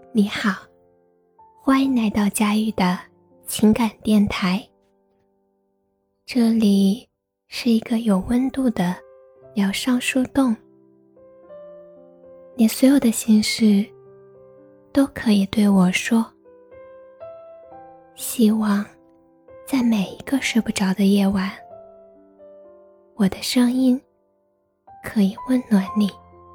你好，欢迎来到佳宇的情感电台。这里是一个有温度的疗伤树洞，你所有的心事都可以对我说。希望在每一个睡不着的夜晚，我的声音可以温暖你。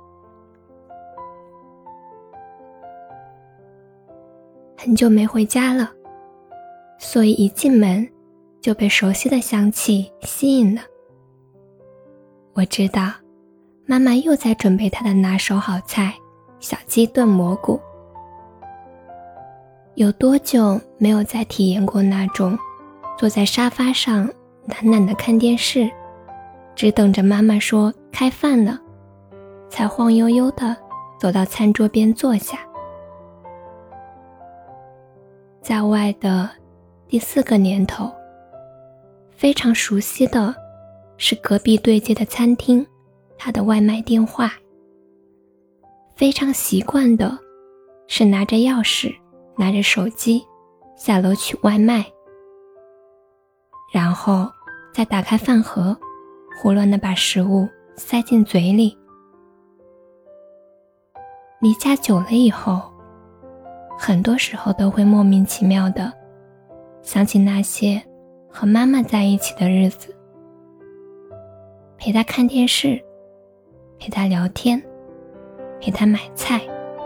很久没回家了，所以一进门就被熟悉的香气吸引了。我知道妈妈又在准备她的拿手好菜小鸡炖蘑菇。有多久没有再体验过那种坐在沙发上懒懒地看电视，只等着妈妈说开饭了，才晃悠悠地走到餐桌边坐下。在外的第4个年头，非常熟悉的是隔壁对接的餐厅，它的外卖电话。非常习惯的是拿着钥匙，拿着手机下楼取外卖，然后再打开饭盒，胡乱地把食物塞进嘴里。离家久了以后，很多时候都会莫名其妙地想起那些和妈妈在一起的日子，陪她看电视，陪她聊天，陪她买菜。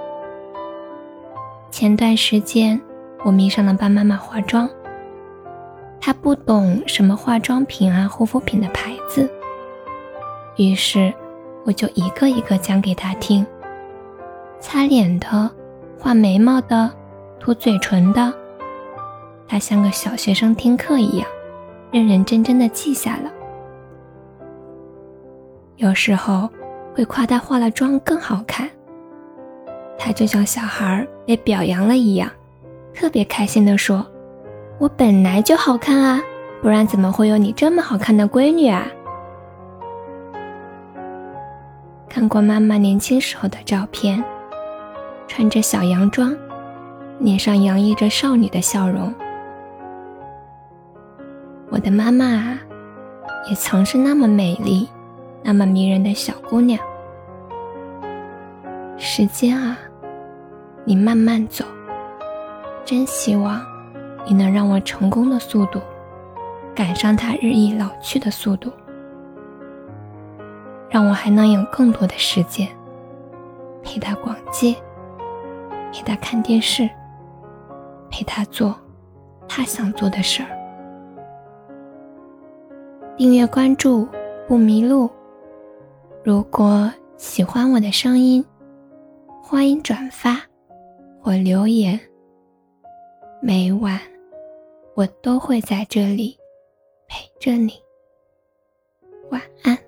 前段时间我迷上了帮妈妈化妆，她不懂什么化妆品啊护肤品的牌子，于是我就一个一个讲给她听，擦脸的，画眉毛的，涂嘴唇的，她像个小学生听课一样，认认真真地记下了。有时候会夸她化了妆更好看，她就像小孩被表扬了一样，特别开心地说：“我本来就好看啊，不然怎么会有你这么好看的闺女啊？”看过妈妈年轻时候的照片，穿着小洋装，脸上洋溢着少女的笑容。我的妈妈啊，也曾是那么美丽，那么迷人的小姑娘。时间啊，你慢慢走，真希望你能让我成功的速度赶上她日益老去的速度，让我还能有更多的时间陪她逛街，陪她看电视，陪她做她想做的事儿。订阅关注不迷路。如果喜欢我的声音，欢迎转发或留言。每晚我都会在这里陪着你。晚安。